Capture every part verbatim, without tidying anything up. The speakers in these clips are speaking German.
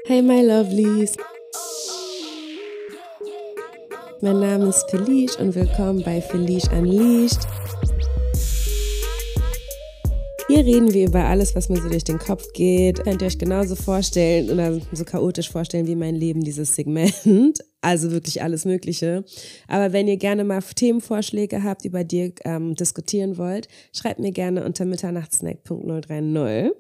Hey my lovelies, mein Name ist Felice und willkommen bei Felice Unleashed. Hier reden wir über alles, was mir so durch den Kopf geht. Könnt ihr euch genauso vorstellen oder so chaotisch vorstellen wie mein Leben, dieses Segment. Also wirklich alles Mögliche. Aber wenn ihr gerne mal Themenvorschläge habt, über die ihr ähm, diskutieren wollt, schreibt mir gerne unter mitternachtsnack punkt null drei null.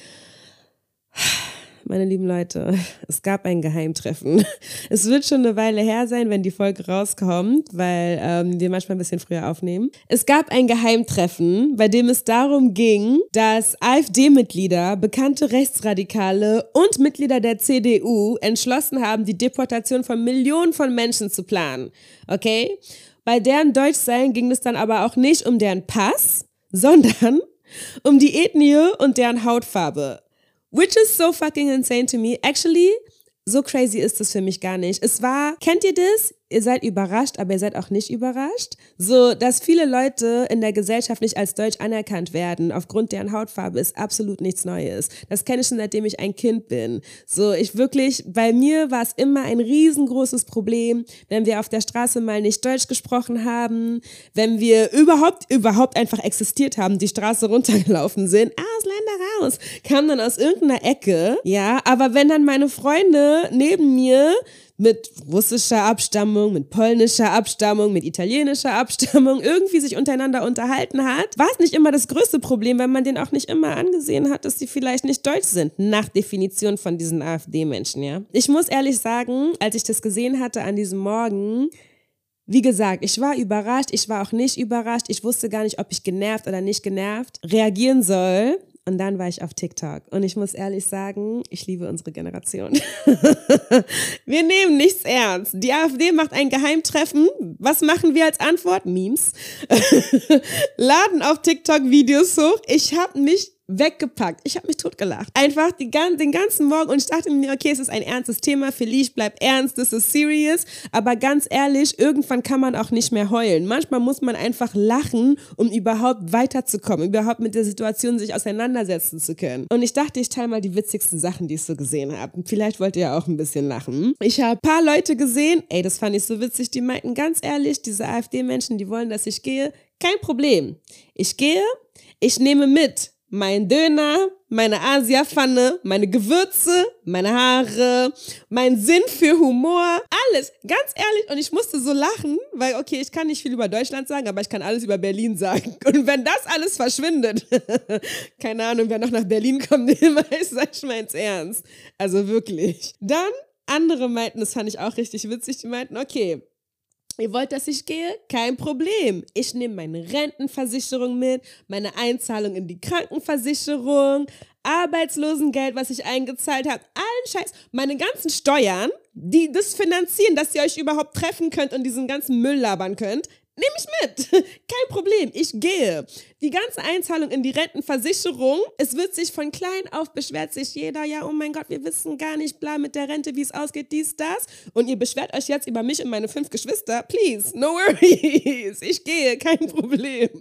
Meine lieben Leute, es gab ein Geheimtreffen. Es wird schon eine Weile her sein, wenn die Folge rauskommt, weil ähm, wir manchmal ein bisschen früher aufnehmen. Es gab ein Geheimtreffen, bei dem es darum ging, dass AfD-Mitglieder, bekannte Rechtsradikale und Mitglieder der C D U entschlossen haben, die Deportation von Millionen von Menschen zu planen. Okay? Bei deren Deutschsein ging es dann aber auch nicht um deren Pass, sondern um die Ethnie und deren Hautfarbe. Which is so fucking insane to me. Actually, so crazy ist es für mich gar nicht. Es war, kennt ihr das? Ihr seid überrascht, aber ihr seid auch nicht überrascht. So, dass viele Leute in der Gesellschaft nicht als deutsch anerkannt werden, aufgrund deren Hautfarbe, ist absolut nichts Neues. Das kenne ich schon, seitdem ich ein Kind bin. So, ich wirklich, bei mir war es immer ein riesengroßes Problem, wenn wir auf der Straße mal nicht Deutsch gesprochen haben, wenn wir überhaupt, überhaupt einfach existiert haben, die Straße runtergelaufen sind, Ausländer raus, kam dann aus irgendeiner Ecke, ja, aber wenn dann meine Freunde neben mir mit russischer Abstammung, mit polnischer Abstammung, mit italienischer Abstammung irgendwie sich untereinander unterhalten hat, war es nicht immer das größte Problem, weil man denen auch nicht immer angesehen hat, dass sie vielleicht nicht deutsch sind, nach Definition von diesen AfD-Menschen, ja. Ich muss ehrlich sagen, als ich das gesehen hatte an diesem Morgen, wie gesagt, ich war überrascht, ich war auch nicht überrascht, ich wusste gar nicht, ob ich genervt oder nicht genervt reagieren soll. Und dann war ich auf TikTok und ich muss ehrlich sagen, ich liebe unsere Generation. Wir nehmen nichts ernst. Die AfD macht ein Geheimtreffen. Was machen wir als Antwort? Memes. Laden auf TikTok Videos hoch. Ich habe mich weggepackt. Ich habe mich totgelacht. Einfach die, den ganzen Morgen und ich dachte mir, okay, es ist ein ernstes Thema, Felice, bleib ernst, das ist serious, aber ganz ehrlich, irgendwann kann man auch nicht mehr heulen. Manchmal muss man einfach lachen, um überhaupt weiterzukommen, überhaupt mit der Situation sich auseinandersetzen zu können. Und ich dachte, ich teile mal die witzigsten Sachen, die ich so gesehen habe. Vielleicht wollt ihr ja auch ein bisschen lachen. Ich habe ein paar Leute gesehen, ey, das fand ich so witzig, die meinten ganz ehrlich, diese AfD-Menschen, die wollen, dass ich gehe. Kein Problem. Ich gehe, ich nehme mit mein Döner, meine Asia-Pfanne, meine Gewürze, meine Haare, mein Sinn für Humor, alles, ganz ehrlich. Und ich musste so lachen, weil okay, ich kann nicht viel über Deutschland sagen, aber ich kann alles über Berlin sagen. Und wenn das alles verschwindet, keine Ahnung, wer noch nach Berlin kommt, ich sag ich meins ernst. Also wirklich. Dann, andere meinten, das fand ich auch richtig witzig, die meinten, okay, ihr wollt, dass ich gehe? Kein Problem. Ich nehme meine Rentenversicherung mit, meine Einzahlung in die Krankenversicherung, Arbeitslosengeld, was ich eingezahlt habe, allen Scheiß, meine ganzen Steuern, die das finanzieren, dass ihr euch überhaupt treffen könnt und diesen ganzen Müll labern könnt, nehme ich mit. Kein Problem, ich gehe. Die ganze Einzahlung in die Rentenversicherung, es wird sich von klein auf, beschwert sich jeder, ja, oh mein Gott, wir wissen gar nicht, bla, mit der Rente, wie es ausgeht, dies, das. Und ihr beschwert euch jetzt über mich und meine fünf Geschwister. Please, no worries. Ich gehe, kein Problem.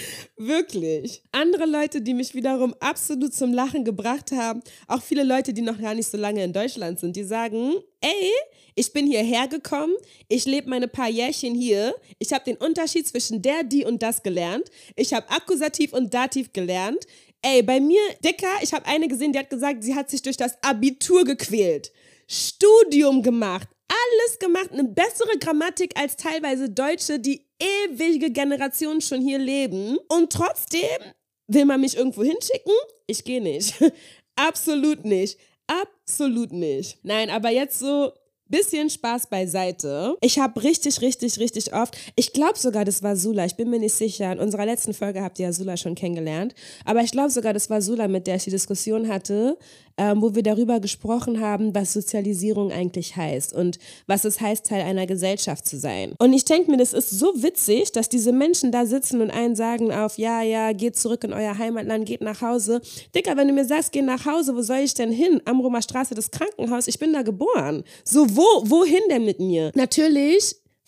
Wirklich. Andere Leute, die mich wiederum absolut zum Lachen gebracht haben, auch viele Leute, die noch gar nicht so lange in Deutschland sind, die sagen, ey, ich bin hierher gekommen, ich lebe meine paar Jährchen hier, ich habe den Unterschied zwischen der, die und das gelernt, ich habe Akkusativ und Dativ gelernt. Ey, bei mir, Dicker, ich habe eine gesehen, die hat gesagt, sie hat sich durch das Abitur gequält, Studium gemacht, alles gemacht, eine bessere Grammatik als teilweise Deutsche, die ewige Generationen schon hier leben. Und trotzdem will man mich irgendwo hinschicken? Ich gehe nicht. Absolut nicht. Absolut nicht. Nein, aber jetzt so bisschen Spaß beiseite. Ich habe richtig, richtig, richtig oft, ich glaube sogar, das war Sula, ich bin mir nicht sicher, in unserer letzten Folge habt ihr ja Sula schon kennengelernt, aber ich glaube sogar, das war Sula, mit der ich die Diskussion hatte, ähm, wo wir darüber gesprochen haben, was Sozialisierung eigentlich heißt und was es heißt, Teil einer Gesellschaft zu sein. Und ich denke mir, das ist so witzig, dass diese Menschen da sitzen und einen sagen auf, ja, ja, geht zurück in euer Heimatland, geht nach Hause. Dicker, wenn du mir sagst, geh nach Hause, wo soll ich denn hin? Amrumer Straße, das Krankenhaus, ich bin da geboren. So, wo, wohin denn mit mir? Natürlich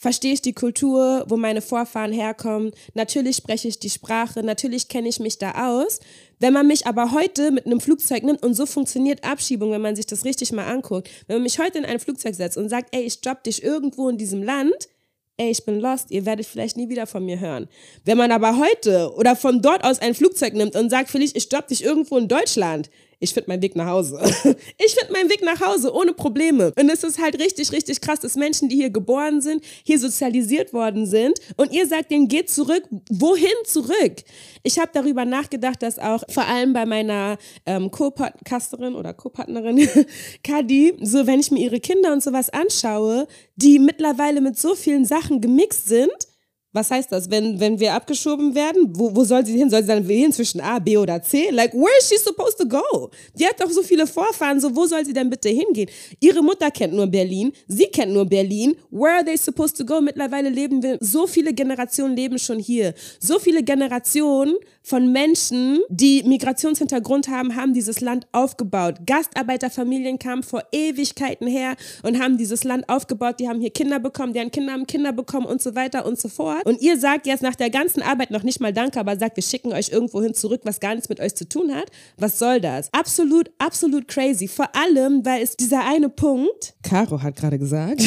verstehe ich die Kultur, wo meine Vorfahren herkommen. Natürlich spreche ich die Sprache. Natürlich kenne ich mich da aus. Wenn man mich aber heute mit einem Flugzeug nimmt und so funktioniert Abschiebung, wenn man sich das richtig mal anguckt, wenn man mich heute in ein Flugzeug setzt und sagt, ey, ich droppe dich irgendwo in diesem Land, ey, ich bin lost, ihr werdet vielleicht nie wieder von mir hören. Wenn man aber heute oder von dort aus ein Flugzeug nimmt und sagt, vielleicht, ich droppe dich irgendwo in Deutschland, ich finde meinen Weg nach Hause. Ich finde meinen Weg nach Hause ohne Probleme. Und es ist halt richtig, richtig krass, dass Menschen, die hier geboren sind, hier sozialisiert worden sind und ihr sagt denen, geht zurück. Wohin zurück? Ich habe darüber nachgedacht, dass auch vor allem bei meiner ähm, Co-Podcasterin oder Co-Partnerin Kadi, so wenn ich mir ihre Kinder und sowas anschaue, die mittlerweile mit so vielen Sachen gemixt sind. Was heißt das, wenn, wenn wir abgeschoben werden? Wo, wo soll sie hin? Soll sie dann wählen zwischen A, B oder C? Like, where is she supposed to go? Die hat doch so viele Vorfahren, so wo soll sie denn bitte hingehen? Ihre Mutter kennt nur Berlin, sie kennt nur Berlin. Where are they supposed to go? Mittlerweile leben wir, so viele Generationen leben schon hier. So viele Generationen von Menschen, die Migrationshintergrund haben, haben dieses Land aufgebaut. Gastarbeiterfamilien kamen vor Ewigkeiten her und haben dieses Land aufgebaut. Die haben hier Kinder bekommen, deren Kinder haben Kinder bekommen und so weiter und so fort. Und ihr sagt jetzt nach der ganzen Arbeit noch nicht mal Danke, aber sagt, wir schicken euch irgendwo hin zurück, was gar nichts mit euch zu tun hat. Was soll das? Absolut, absolut crazy. Vor allem, weil es dieser eine Punkt, Caro hat gerade gesagt,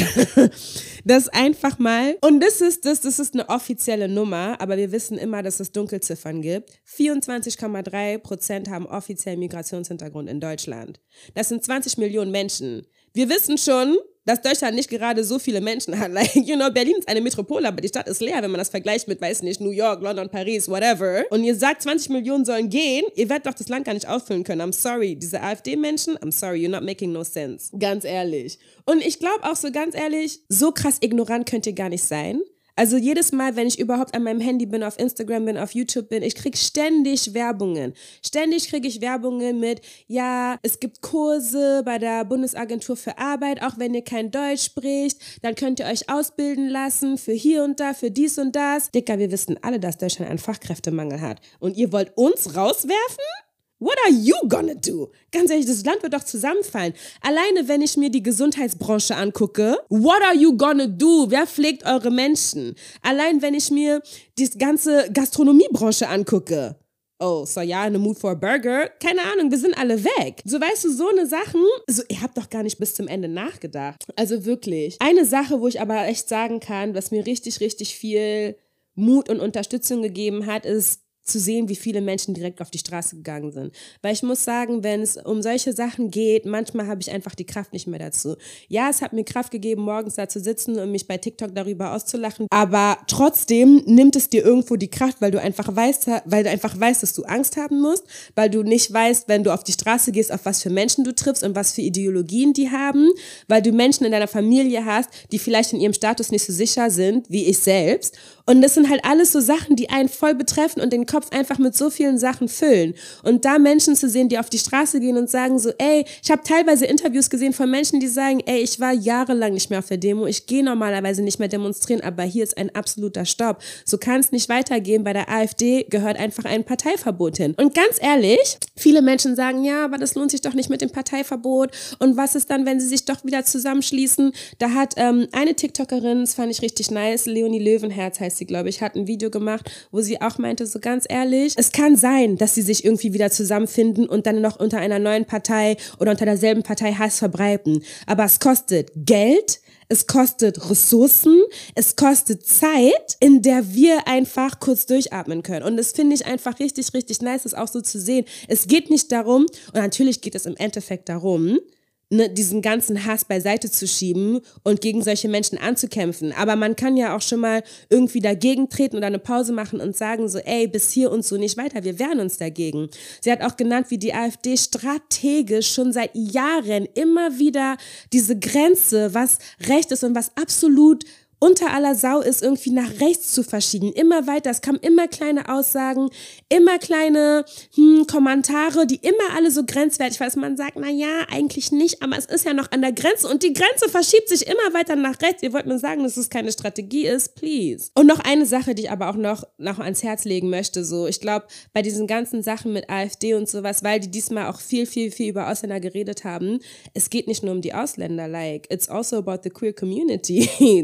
das einfach mal, und das ist das, das ist eine offizielle Nummer, aber wir wissen immer, dass es Dunkelziffern gibt. vierundzwanzig Komma drei Prozent haben offiziell Migrationshintergrund in Deutschland. Das sind zwanzig Millionen Menschen. Wir wissen schon, dass Deutschland nicht gerade so viele Menschen hat. Like, you know, Berlin ist eine Metropole, aber die Stadt ist leer, wenn man das vergleicht mit, weiß nicht, New York, London, Paris, whatever. Und ihr sagt, zwanzig Millionen sollen gehen, ihr werdet doch das Land gar nicht auffüllen können. I'm sorry, diese AfD-Menschen, I'm sorry, you're not making no sense. Ganz ehrlich. Und ich glaube auch so ganz ehrlich, so krass ignorant könnt ihr gar nicht sein. Also jedes Mal, wenn ich überhaupt an meinem Handy bin, auf Instagram bin, auf YouTube bin, ich krieg ständig Werbungen. Ständig kriege ich Werbungen mit, ja, es gibt Kurse bei der Bundesagentur für Arbeit, auch wenn ihr kein Deutsch spricht, dann könnt ihr euch ausbilden lassen für hier und da, für dies und das. Dicker, wir wissen alle, dass Deutschland einen Fachkräftemangel hat. Und ihr wollt uns rauswerfen? What are you gonna do? Ganz ehrlich, das Land wird doch zusammenfallen. Alleine, wenn ich mir die Gesundheitsbranche angucke, what are you gonna do? Wer pflegt eure Menschen? Allein, wenn ich mir die ganze Gastronomiebranche angucke. Oh, so ja, in the mood for a burger? Keine Ahnung, wir sind alle weg. So, weißt du, so eine Sachen, so, ihr habt doch gar nicht bis zum Ende nachgedacht. Also wirklich. Eine Sache, wo ich aber echt sagen kann, was mir richtig, richtig viel Mut und Unterstützung gegeben hat, ist, zu sehen, wie viele Menschen direkt auf die Straße gegangen sind. Weil ich muss sagen, wenn es um solche Sachen geht, manchmal habe ich einfach die Kraft nicht mehr dazu. Ja, es hat mir Kraft gegeben, morgens da zu sitzen und mich bei TikTok darüber auszulachen, aber trotzdem nimmt es dir irgendwo die Kraft, weil du einfach weißt, weil du einfach weißt, dass du Angst haben musst, weil du nicht weißt, wenn du auf die Straße gehst, auf was für Menschen du triffst und was für Ideologien die haben, weil du Menschen in deiner Familie hast, die vielleicht in ihrem Status nicht so sicher sind, wie ich selbst. Und das sind halt alles so Sachen, die einen voll betreffen und den Kopf einfach mit so vielen Sachen füllen. Und da Menschen zu sehen, die auf die Straße gehen und sagen so, ey, ich habe teilweise Interviews gesehen von Menschen, die sagen, ey, ich war jahrelang nicht mehr auf der Demo, ich gehe normalerweise nicht mehr demonstrieren, aber hier ist ein absoluter Stopp. So kann es nicht weitergehen. Bei der AfD gehört einfach ein Parteiverbot hin. Und ganz ehrlich, viele Menschen sagen, ja, aber das lohnt sich doch nicht mit dem Parteiverbot. Und was ist dann, wenn sie sich doch wieder zusammenschließen? Da hat ähm, eine TikTokerin, das fand ich richtig nice, Leonie Löwenherz heißt sie, glaube ich, hat ein Video gemacht, wo sie auch meinte, so ganz ehrlich, es kann sein, dass sie sich irgendwie wieder zusammenfinden und dann noch unter einer neuen Partei oder unter derselben Partei Hass verbreiten. Aber es kostet Geld, es kostet Ressourcen, es kostet Zeit, in der wir einfach kurz durchatmen können. Und das finde ich einfach richtig, richtig nice, das auch so zu sehen. Es geht nicht darum, und natürlich geht es im Endeffekt darum, Ne, diesen ganzen Hass beiseite zu schieben und gegen solche Menschen anzukämpfen. Aber man kann ja auch schon mal irgendwie dagegen treten oder eine Pause machen und sagen so, ey, bis hier und so nicht weiter, wir wehren uns dagegen. Sie hat auch genannt, wie die AfD strategisch schon seit Jahren immer wieder diese Grenze, was Recht ist und was absolut unter aller Sau ist, irgendwie nach rechts zu verschieben. Immer weiter, es kamen immer kleine Aussagen, immer kleine hm, Kommentare, die immer alle so grenzwertig waren. Man sagt, na ja, eigentlich nicht, aber es ist ja noch an der Grenze und die Grenze verschiebt sich immer weiter nach rechts. Ihr wollt mir sagen, dass es keine Strategie ist, please. Und noch eine Sache, die ich aber auch noch, noch ans Herz legen möchte, so, ich glaube, bei diesen ganzen Sachen mit AfD und sowas, weil die diesmal auch viel, viel, viel über Ausländer geredet haben, es geht nicht nur um die Ausländer, like, it's also about the queer community. They're not a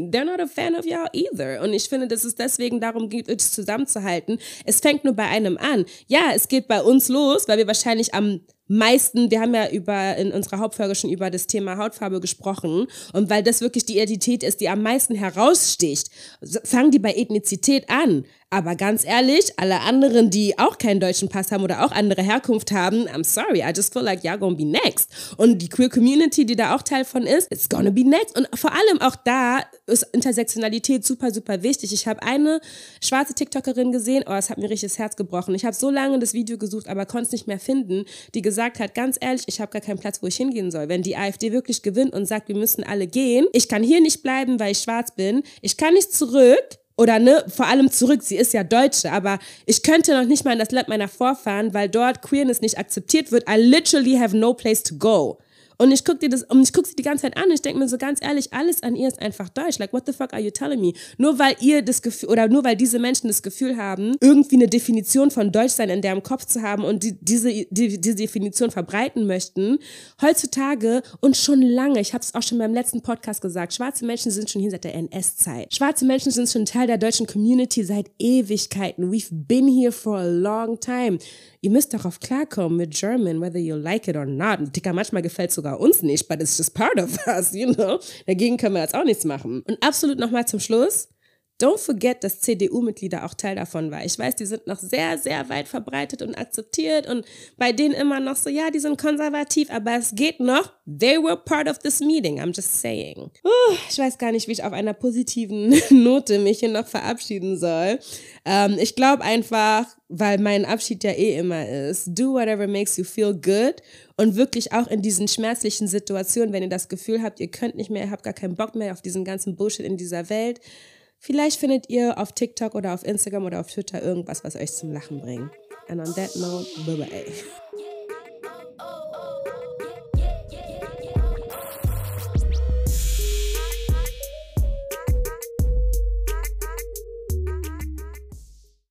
fan of y'all either. Und ich finde, dass es deswegen darum geht, uns zusammenzuhalten. Es fängt nur bei einem an. Ja, es geht bei uns los, weil wir wahrscheinlich am meisten, wir haben ja über in unserer Hauptfolge schon über das Thema Hautfarbe gesprochen und weil das wirklich die Identität ist, die am meisten heraussticht, fangen die bei Ethnizität an. Aber ganz ehrlich, alle anderen, die auch keinen deutschen Pass haben oder auch andere Herkunft haben, I'm sorry, I just feel like y'all gonna be next. Und die Queer Community, die da auch Teil von ist, it's gonna be next. Und vor allem auch da ist Intersektionalität super, super wichtig. Ich habe eine schwarze TikTokerin gesehen, oh, es hat mir richtig das Herz gebrochen. Ich habe so lange das Video gesucht, aber konnte es nicht mehr finden, die gesagt hat, ganz ehrlich, ich habe gar keinen Platz, wo ich hingehen soll. Wenn die AfD wirklich gewinnt und sagt, wir müssen alle gehen, ich kann hier nicht bleiben, weil ich schwarz bin, ich kann nicht zurück, oder ne, vor allem zurück, sie ist ja Deutsche, aber ich könnte noch nicht mal in das Land meiner Vorfahren, weil dort Queerness nicht akzeptiert wird. I literally have no place to go. Und ich gucke dir das, und ich gucke sie die ganze Zeit an und ich denke mir so ganz ehrlich, alles an ihr ist einfach deutsch. Like, what the fuck are you telling me? Nur weil ihr das Gefühl, oder nur weil diese Menschen das Gefühl haben, irgendwie eine Definition von Deutschsein in deren Kopf zu haben und die, diese, die, diese Definition verbreiten möchten, heutzutage und schon lange, ich habe es auch schon beim letzten Podcast gesagt, schwarze Menschen sind schon hier seit der N S-Zeit. Schwarze Menschen sind schon Teil der deutschen Community seit Ewigkeiten. We've been here for a long time. Ihr müsst darauf klarkommen mit German, whether you like it or not. Und Dicker, manchmal gefällt es sogar uns nicht, but it's just part of us, you know. Dagegen können wir jetzt auch nichts machen. Und absolut nochmal zum Schluss, don't forget, dass C D U-Mitglieder auch Teil davon waren. Ich weiß, die sind noch sehr, sehr weit verbreitet und akzeptiert und bei denen immer noch so, ja, die sind konservativ, aber es geht noch. They were part of this meeting, I'm just saying. Uh, ich weiß gar nicht, wie ich auf einer positiven Note mich hier noch verabschieden soll. Ähm, ich glaube einfach, weil mein Abschied ja eh immer ist, do whatever makes you feel good und wirklich auch in diesen schmerzlichen Situationen, wenn ihr das Gefühl habt, ihr könnt nicht mehr, ihr habt gar keinen Bock mehr auf diesen ganzen Bullshit in dieser Welt, vielleicht findet ihr auf TikTok oder auf Instagram oder auf Twitter irgendwas, was euch zum Lachen bringt. And on that note, bye bye.